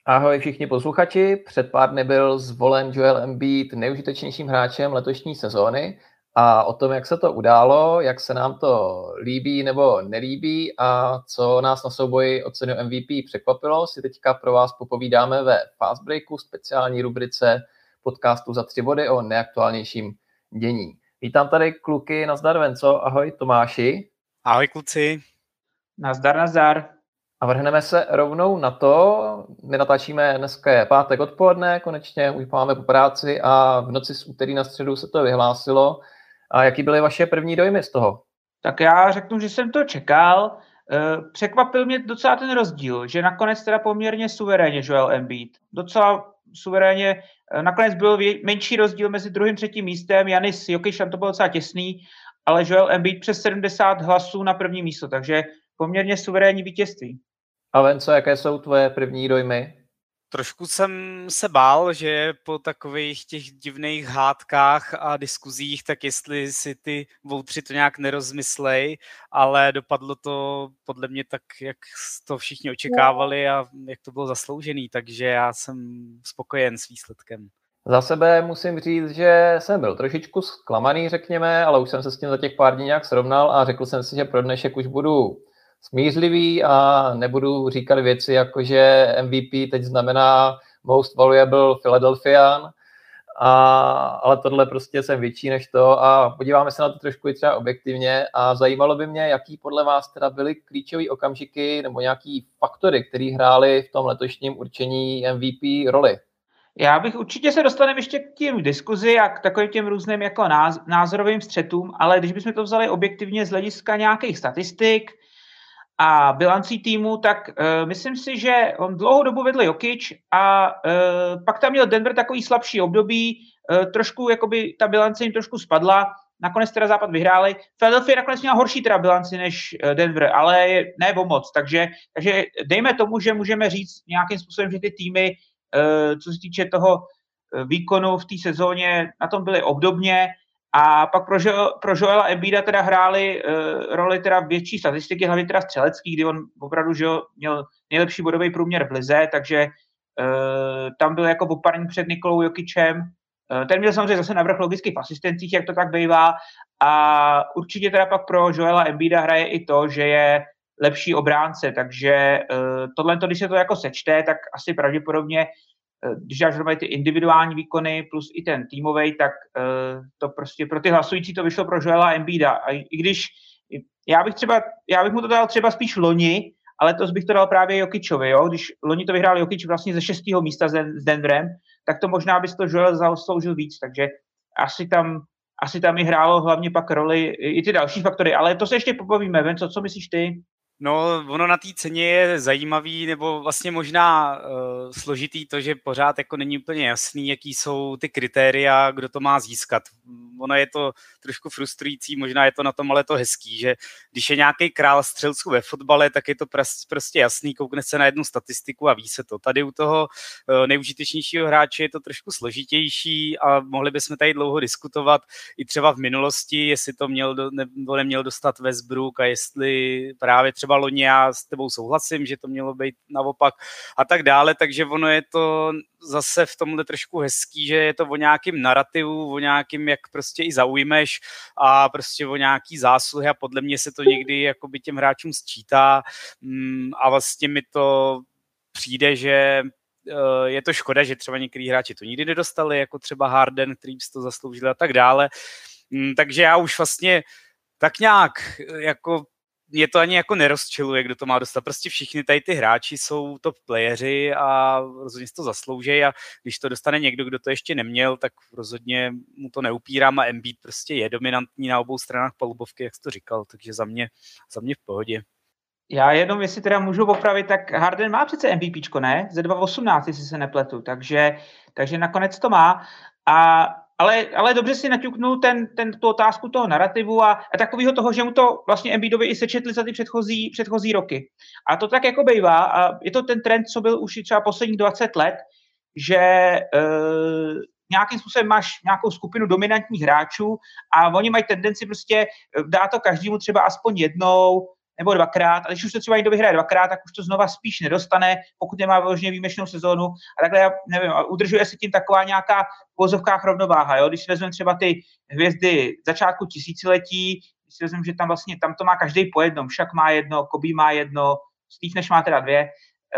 Ahoj všichni posluchači, před pár dny byl zvolen Joel Embiid nejužitečnějším hráčem letošní sezóny a o tom, jak se to událo, jak se nám to líbí nebo nelíbí a co nás na souboji o cenu MVP překvapilo, si teďka pro vás popovídáme ve Fast Breaku, speciální rubrice podcastu Za 3 body o nejaktuálnějším dění. Vítám tady kluky, nazdar Venco, ahoj Tomáši. Ahoj kluci. Nazdar, nazdar. A vrhneme se rovnou na to. My natáčíme dneska je pátek odpoledne, konečně už máme po práci a v noci z úterý na středu se to vyhlásilo. A jaký byly vaše první dojmy z toho? Tak já řeknu, že jsem to čekal. Překvapil mě docela ten rozdíl, že nakonec teda poměrně suverénně Joel Embiid. Docela suverénně. Nakonec byl menší rozdíl mezi druhým, třetím místem. Janis Jokic, tam to bylo docela těsný, ale Joel Embiid přes 70 hlasů na první místo, takže poměrně suverénní vítězství. A Venco, jaké jsou tvoje první dojmy? Trošku jsem se bál, že po takových těch divných hádkách a diskuzích, tak jestli si ty voutři to nějak nerozmyslej, ale dopadlo to podle mě tak, jak to všichni očekávali a jak to bylo zasloužený, takže já jsem spokojen s výsledkem. Za sebe musím říct, že jsem byl trošičku zklamaný, řekněme, ale už jsem se s tím za těch pár dní nějak srovnal a řekl jsem si, že pro dnešek už budu smířlivý a nebudu říkat věci jako, že MVP teď znamená Most Valuable Philadelphian, ale tohle prostě jsem větší než to a podíváme se na to trošku i třeba objektivně a zajímalo by mě, jaký podle vás teda byly klíčové okamžiky nebo nějaký faktory, které hrály v tom letošním určení MVP roli. Já bych určitě se dostaneme ještě k těm diskuzi a k takovým těm různým jako názorovým střetům, ale když bychom to vzali objektivně z hlediska nějakých statistik a bilancí týmu, tak myslím si, že on dlouhou dobu vedl Jokic a pak tam měl Denver takový slabší období, trošku jakoby ta bilance jim trošku spadla, nakonec teda Západ vyhráli. Philadelphia nakonec měla horší teda bilanci než Denver, ale ne o moc, takže dejme tomu, že můžeme říct nějakým způsobem, že ty týmy, co se týče toho výkonu v té sezóně, na tom byly obdobně. A pak pro Joela Embida teda hrály roli teda větší statistiky, hlavně teda střelecký, kdy on opravdu měl nejlepší bodový průměr v lize, takže tam byl jako oparní před Nikolou Jokičem. Ten měl samozřejmě zase navrch logicky v asistencích, jak to tak bývá. A určitě teda pak pro Joela Embida hraje i to, že je lepší obránce, takže tohle, když se to jako sečte, tak asi pravděpodobně když dáš dohromady ty individuální výkony plus i ten týmovej, tak to prostě pro ty hlasující to vyšlo pro Joela Embida. A i když já bych mu to dal třeba spíš loni, ale to bych to dal právě Jokičovi, jo? Když loni to vyhrál Jokic vlastně ze 6. místa s Denverem, tak to možná bys to Joel zasloužil víc, takže asi tam i hrálo hlavně pak roli i ty další faktory, ale to se ještě pobavíme. Venco, co myslíš ty? No, ono na té ceně je zajímavý, nebo vlastně možná složitý to, že pořád jako není úplně jasný, jaký jsou ty kritéria, kdo to má získat. Ono je to trošku frustrující, možná je to na tom ale to hezký, že když je nějaký král střelců ve fotbale, tak je to prostě jasný, koukne se na jednu statistiku a ví se to. Tady u toho nejužitečnějšího hráče je to trošku složitější a mohli bychom tady dlouho diskutovat i třeba v minulosti, jestli to měl nebo neměl dostat Westbrook a jestli právě třeba loni, já s tebou souhlasím, že to mělo být naopak a tak dále, takže ono je to zase v tomhle trošku hezký, že je to o nějakým narrativu, o nějakým, jak prostě i zaujmeš a prostě o nějaký zásluhy a podle mě se to někdy jakoby těm hráčům sčítá a vlastně mi to přijde, že je to škoda, že třeba některý hráči to nikdy nedostali, jako třeba Harden, který si to zasloužil a tak dále. Takže já už vlastně tak nějak jako mě to ani jako nerozčiluje, kdo to má dostat. Prostě všichni tady ty hráči jsou top playeři a rozhodně si to zaslouží a když to dostane někdo, kdo to ještě neměl, tak rozhodně mu to neupírám a Embiid prostě je dominantní na obou stranách palubovky, jak jsi to říkal, takže za mě v pohodě. Já jenom, jestli teda můžu opravit, tak Harden má přece MVPčko, ne? Ze 2018, jestli se nepletu, takže nakonec to má. Ale dobře si naťuknul tu otázku toho narrativu a takového toho, že mu to vlastně Embiidovi i sečetli za ty předchozí roky. A to tak jako bývá a je to ten trend, co byl už třeba posledních 20 let, že nějakým způsobem máš nějakou skupinu dominantních hráčů a oni mají tendenci prostě dát to každému třeba aspoň jednou, nebo dvakrát, a když už to třeba někdo vyhraje dvakrát, tak už to znova spíš nedostane, pokud nemá vyloženě výjimečnou sezónu. A takhle, já nevím, udržuje se tím taková nějaká v vozovkách rovnováha. Jo? Když si vezmeme třeba ty hvězdy začátku tisíciletí, když si vezmeme, že tam vlastně tam to má každý po jednom, Shaq má jedno, Kobe má jedno, Steve Nash má teda dvě,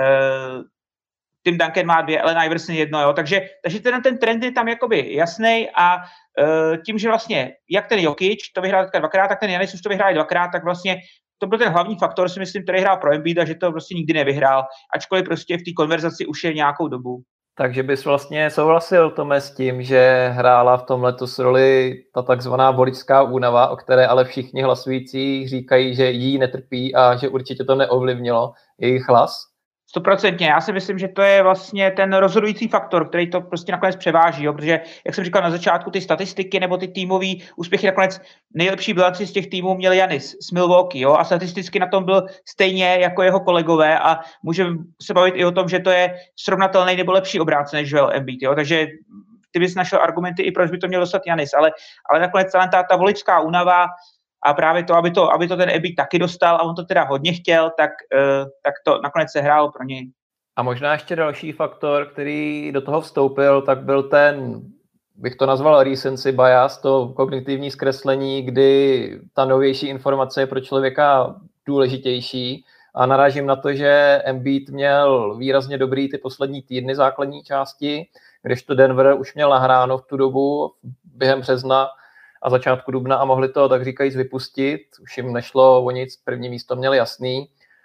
Tim Duncan má dvě, Allen Iverson jedno, jo? Takže ten trend je tam jakoby jasný a tím, že vlastně jak ten Jokic to vyhrál dvakrát, tak ten Giannis už to vyhrál dvakrát, tak vlastně to byl ten hlavní faktor, si myslím, který hrál pro Embiida, že to prostě nikdy nevyhrál, ačkoliv prostě v té konverzaci už je nějakou dobu. Takže bys vlastně souhlasil, Tome, s tím, že hrála v tom letos roli ta takzvaná voličská únava, o které ale všichni hlasující říkají, že jí netrpí a že určitě to neovlivnilo jejich hlas? 100%. Já si myslím, že to je vlastně ten rozhodující faktor, který to prostě nakonec převáží, jo? Protože, jak jsem říkal na začátku, ty statistiky nebo ty týmový úspěchy nakonec nejlepší bilanci z těch týmů měl Giannis z Milwaukee, jo? A statisticky na tom byl stejně jako jeho kolegové a můžeme se bavit i o tom, že to je srovnatelný nebo lepší obránce než Joel Embiid, jo? Takže ty bys našel argumenty i proč by to měl dostat Giannis, ale nakonec ta voličská únava a právě to, aby to ten Embiid taky dostal a on to teda hodně chtěl, tak to nakonec se hrálo pro něj. A možná ještě další faktor, který do toho vstoupil, tak byl ten, bych to nazval recency bias, to kognitivní zkreslení, kdy ta novější informace je pro člověka důležitější. A narážím na to, že Embiid měl výrazně dobrý ty poslední týdny základní části, kdežto Denver už měl nahráno v tu dobu během března a začátku dubna a mohli to, tak říkajíc, vypustit. Už jim nešlo o nic, první místo měli jasný.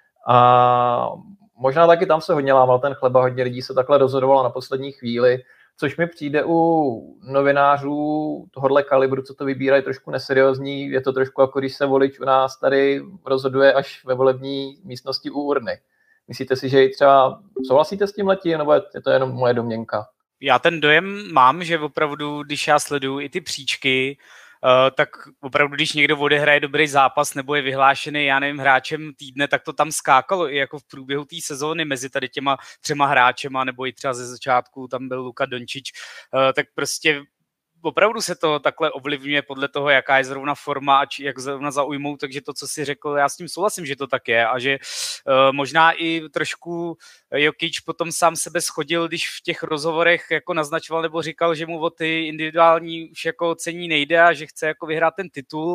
A možná taky tam se hodně lámal ten chleba, hodně lidí se takhle rozhodovalo na poslední chvíli, což mi přijde u novinářů tohohle kalibru, co to vybírají, trošku neseriózní. Je to trošku jako když se volič u nás tady rozhoduje až ve volební místnosti u urny. Myslíte si, že i třeba souhlasíte s tím letím, nebo je to jenom moje domněnka? Já ten dojem mám, že opravdu, když já sleduju i ty příčky, tak opravdu, když někdo odehraje dobrý zápas nebo je vyhlášený, já nevím, hráčem týdne, tak to tam skákalo i jako v průběhu té sezóny mezi tady těma 3 hráčema, nebo i třeba ze začátku tam byl Luka Dončić, tak prostě opravdu se to takhle ovlivňuje podle toho, jaká je zrovna forma a jak zrovna zaujmou, takže to, co jsi řekl, já s tím souhlasím, že to tak je a že možná i trošku Jokic potom sám sebe schodil, když v těch rozhovorech jako naznačoval nebo říkal, že mu o ty individuální už jako cení nejde a že chce jako vyhrát ten titul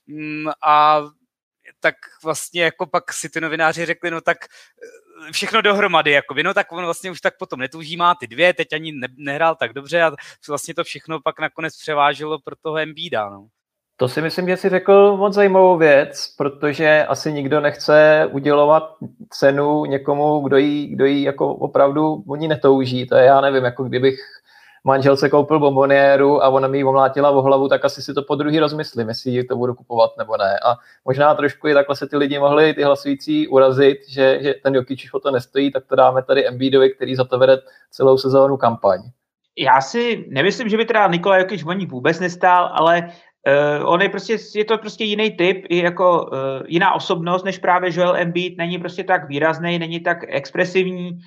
a tak vlastně jako pak si ty novináři řekli, no tak všechno dohromady, jakoby, no tak on vlastně už tak potom netouží, má ty 2, teď ani nehrál tak dobře a vlastně to všechno pak nakonec převážilo pro toho Embiida, no. To si myslím, že si řekl moc zajímavou věc, protože asi nikdo nechce udělovat cenu někomu, kdo jí jako opravdu o ní netouží. To je, já nevím, jako kdybych manželce koupil bomboniéru a ona mi ji omlátila o hlavu, tak asi si to podruhý rozmyslím, jestli to budu kupovat nebo ne. A možná trošku i takhle se ty lidi mohli, ty hlasující, urazit, že ten Jokic o to nestojí, tak to dáme tady Embiidovi, který za to vede celou sezónu kampaň. Já si nemyslím, že by teda Nikola Jokic o ní vůbec nestál, ale je to prostě jiný typ, i jako jiná osobnost, než právě Joel Embiid, není prostě tak výrazný, není tak expresivní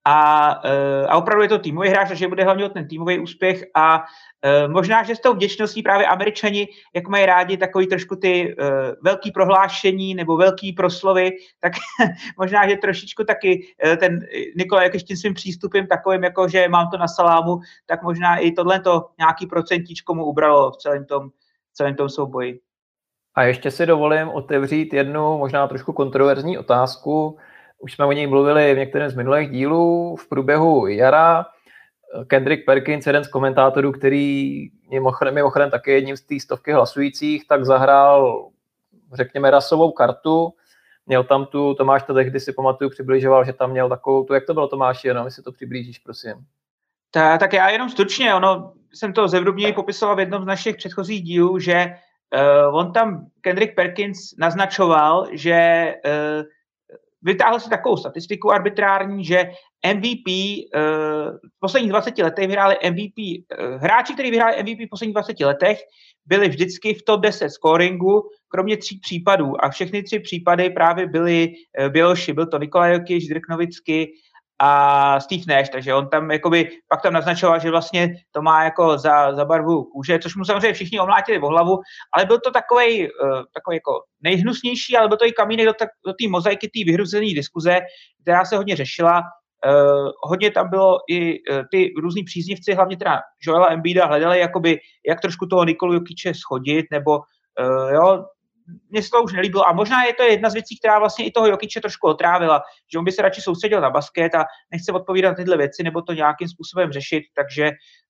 a opravdu je to týmový hráč, takže bude hlavně o ten týmový úspěch a možná, že s tou vděčností právě Američani, jak mají rádi takový trošku ty velký prohlášení nebo velký proslovy, tak možná, že trošičku taky ten Nikola Jokic tím svým přístupem takovým, jako že mám to na salámu, tak možná i tohleto nějaký procentíčko mu ubralo v celém tom souboji. A ještě si dovolím otevřít jednu možná trošku kontroverzní otázku. Už jsme o něj mluvili v některém z minulých dílů v průběhu jara. Kendrick Perkins, jeden z komentátorů, který mimochodem taky jedním z té stovky hlasujících, tak zahrál, řekněme, rasovou kartu. Měl tam tu, Tomáš to tehdy si pamatuju, přibližoval, že tam měl takovou tu, jak to bylo, Tomáši, jenom si to přiblížíš, prosím. Tak já jenom stručně, jsem to zevrubněji popisoval v jednom z našich předchozích dílů, že on tam, Kendrick Perkins, naznačoval, že vytáhl si takovou statistiku arbitrární, že MVP v posledních 20 letech vyhráli MVP, hráči, kteří vyhráli MVP v posledních 20 letech, byli vždycky v top 10 scoringu, kromě 3 případů. A všechny 3 případy právě byly Běloši. Byl to Nikola Jokic, Dirk Nowitzki a Steve Nash, takže on tam jakoby pak tam naznačoval, že vlastně to má jako za barvu kůže, což mu samozřejmě všichni omlátili o hlavu, ale byl to takový jako nejhnusnější, ale byl to i kamínek do té mozaiky, té vyhruzené diskuze, která se hodně řešila. Hodně tam bylo i ty různý příznivci, hlavně teda Joela Embida hledali, jakoby, jak trošku toho Nikolu Jokiče schodit, nebo jo, mně se to už nelíbilo a možná je to jedna z věcí, která vlastně i toho Jokiče trošku otrávila, že on by se radši soustředil na basket a nechce odpovídat na tyhle věci nebo to nějakým způsobem řešit, takže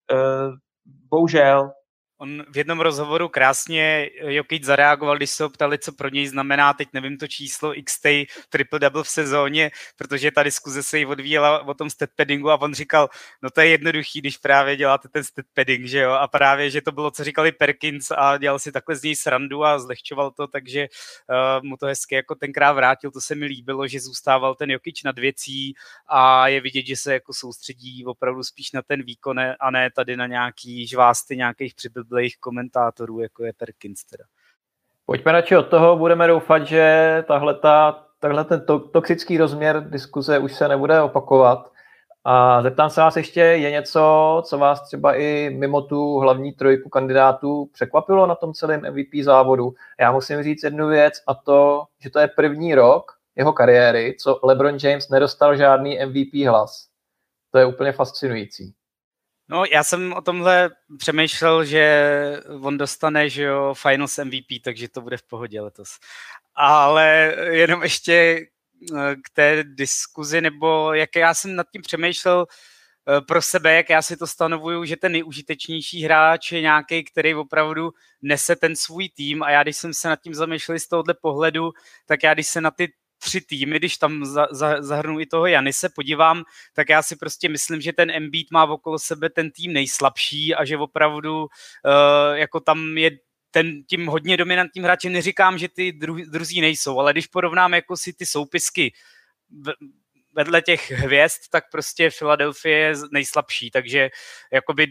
bohužel. On v jednom rozhovoru krásně Jokic zareagoval, když se ho ptali, co pro něj znamená, teď nevím to číslo, x-tej triple-double v sezóně, protože ta diskuze se jí odvíjela o tom stat paddingu a on říkal, no to je jednoduchý, když právě děláte ten stat padding, že jo, a právě, že to bylo, co říkali Perkins a dělal si takhle z něj srandu a zlehčoval to, takže mu to hezky jako tenkrát vrátil, to se mi líbilo, že zůstával ten Jokic nad věcí a je vidět, že se jako soustředí opravdu spíš na ten výkon a ne tady na nějaký žvásty nějakých přibydlých komentátorů, jako je Perkins teda. Pojďme radši od toho, budeme doufat, že tahle ten toxický rozměr diskuze už se nebude opakovat. A zeptám se vás ještě, je něco, co vás třeba i mimo tu hlavní trojku kandidátů překvapilo na tom celém MVP závodu? Já musím říct jednu věc a to, že to je první rok jeho kariéry, co LeBron James nedostal žádný MVP hlas. To je úplně fascinující. No, já jsem o tomhle přemýšlel, že on dostane, že jo, Finals MVP, takže to bude v pohodě letos. Ale jenom ještě k té diskuzi, nebo jak já jsem nad tím přemýšlel pro sebe, jak já si to stanovuju, že ten nejúžitečnější hráč je nějaký, který opravdu nese ten svůj tým a já, když jsem se nad tím zamýšlel z tohohle pohledu, tak já, když se na ty 3 týmy, když tam zahrnu i toho Janise, podívám, tak já si prostě myslím, že ten Embiid má okolo sebe ten tým nejslabší a že opravdu jako tam je tím hodně dominantním hráčem. Neříkám, že ty druzí nejsou, ale když porovnám jako si ty soupisky vedle těch hvězd, tak prostě Philadelphia je nejslabší, takže jakoby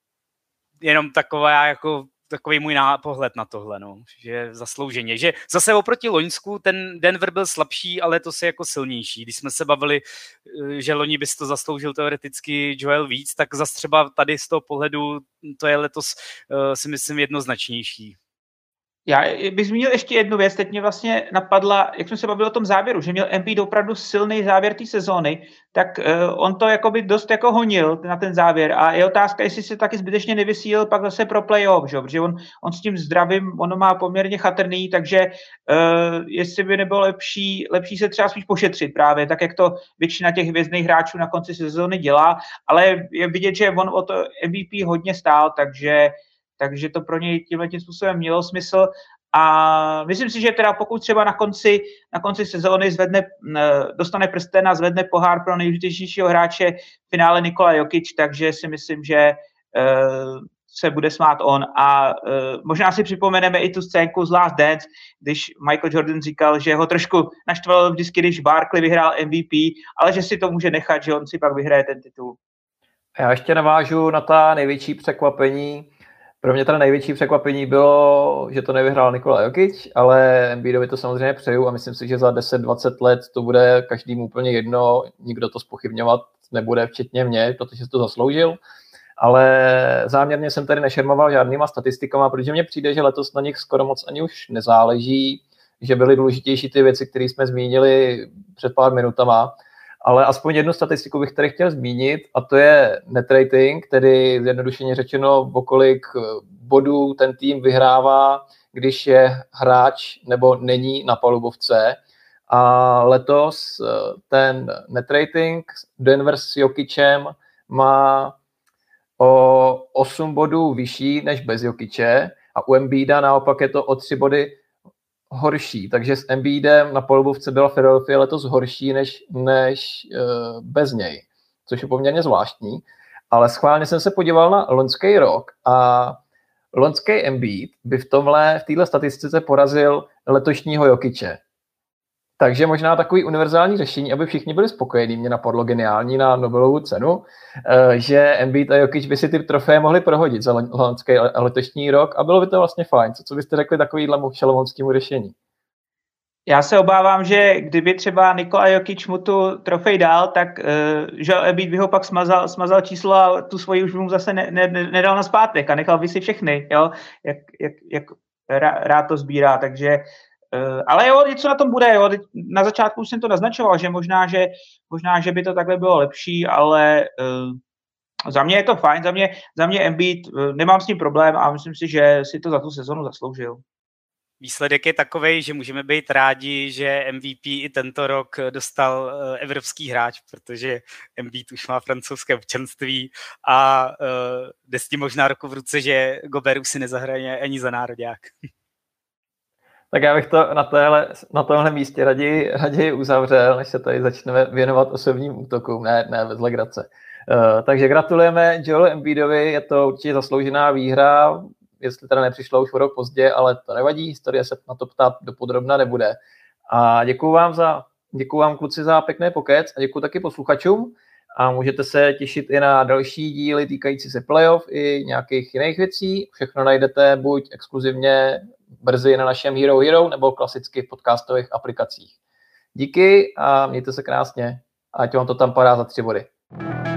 jenom takový můj pohled na tohle, no, že zaslouženě. Že zase oproti loňsku ten Denver byl slabší, ale to se jako silnější. Když jsme se bavili, že loni by si to zasloužil teoreticky Joel víc, tak zase třeba tady z toho pohledu to je letos si myslím jednoznačnější. Já bych zmínil ještě jednu věc, teď mě vlastně napadla, jak jsme se bavili o tom závěru, že měl Embiid opravdu silný závěr té sezóny, tak on to jakoby dost jako honil na ten závěr a je otázka, jestli se taky zbytečně nevysílil pak zase pro playoff, že? Protože on s tím zdravím, ono má poměrně chatrný, takže jestli by nebylo lepší se třeba spíš pošetřit právě, tak jak to většina těch hvězdných hráčů na konci sezóny dělá, ale je vidět, že on o to MVP hodně stál, takže to pro něj tímhle způsobem mělo smysl a myslím si, že teda pokud třeba na konci sezóny dostane prsten a zvedne pohár pro nejdůležitějšího hráče v finále Nikola Jokic, takže si myslím, že se bude smát on a možná si připomeneme i tu scénku z Last Dance, když Michael Jordan říkal, že ho trošku naštval vždycky, když Barkley vyhrál MVP, ale že si to může nechat, že on si pak vyhraje ten titul. Já ještě navážu na ta největší překvapení. Pro mě teda největší překvapení bylo, že to nevyhrál Nikola Jokic, ale Embiidovi to samozřejmě přeju a myslím si, že za 10-20 let to bude každému úplně jedno, nikdo to zpochybňovat nebude, včetně mě, protože si to zasloužil, ale záměrně jsem tady nešermoval žádnýma statistikama, protože mně přijde, že letos na nich skoro moc ani už nezáleží, že byly důležitější ty věci, které jsme zmínili před pár minutama, ale aspoň jednu statistiku bych tady chtěl zmínit a to je net rating, tedy zjednodušeně řečeno, o kolik bodů ten tým vyhrává, když je hráč nebo není na palubovce. A letos ten net rating Denver s Jokicem má o 8 bodů vyšší než bez Jokiče a u Embiida naopak je to o 3 body horší, takže s Embiidem na palubovce byla Philadelphia letos horší než bez něj, což je poměrně zvláštní, ale schválně jsem se podíval na loňský rok a loňský Embiid by v téhle statistice porazil letošního Jokiče. Takže možná takový univerzální řešení, aby všichni byli spokojení, mě napadlo geniální na Nobelovu cenu, že Embiid a Jokic by si ty trofeje mohli prohodit za loňský a letošní rok a bylo by to vlastně fajn. Co byste řekli takovýhlemu šalamounskému řešení? Já se obávám, že kdyby třeba Nikola Jokic mu tu trofej dal, tak Joel Embiid by ho pak smazal číslo a tu svoji už mu zase nedal nazpátek a nechal by si všechny, jo? Jak rád to sbírá, takže ale jo, něco na tom bude, jo. Na začátku už jsem to naznačoval, že možná, že by to takhle bylo lepší, ale za mě je to fajn, za mě Embiid, nemám s tím problém a myslím si, že si to za tu sezonu zasloužil. Výsledek je takovej, že můžeme být rádi, že MVP i tento rok dostal evropský hráč, protože Embiid už má francouzské občanství a jde s tím možná ruku v ruce, že Gobert už si nezahraje ani za nároďák. Tak já bych to na tomhle místě raději uzavřel, než se tady začneme věnovat osobním útokům, ne bez legrace. Takže gratulujeme Joelu Embiidovi, je to určitě zasloužená výhra, jestli teda nepřišlo už o rok pozdě, ale to nevadí, historie se na to ptát dopodrobna nebude. A děkuju vám kluci za pěkný pokec a děkuju taky posluchačům a můžete se těšit i na další díly týkající se playoff i nějakých jiných věcí. Všechno najdete buď exkluzivně brzy na našem Hero nebo klasicky v podcastových aplikacích. Díky a mějte se krásně. Ať vám to tam padá za 3 body.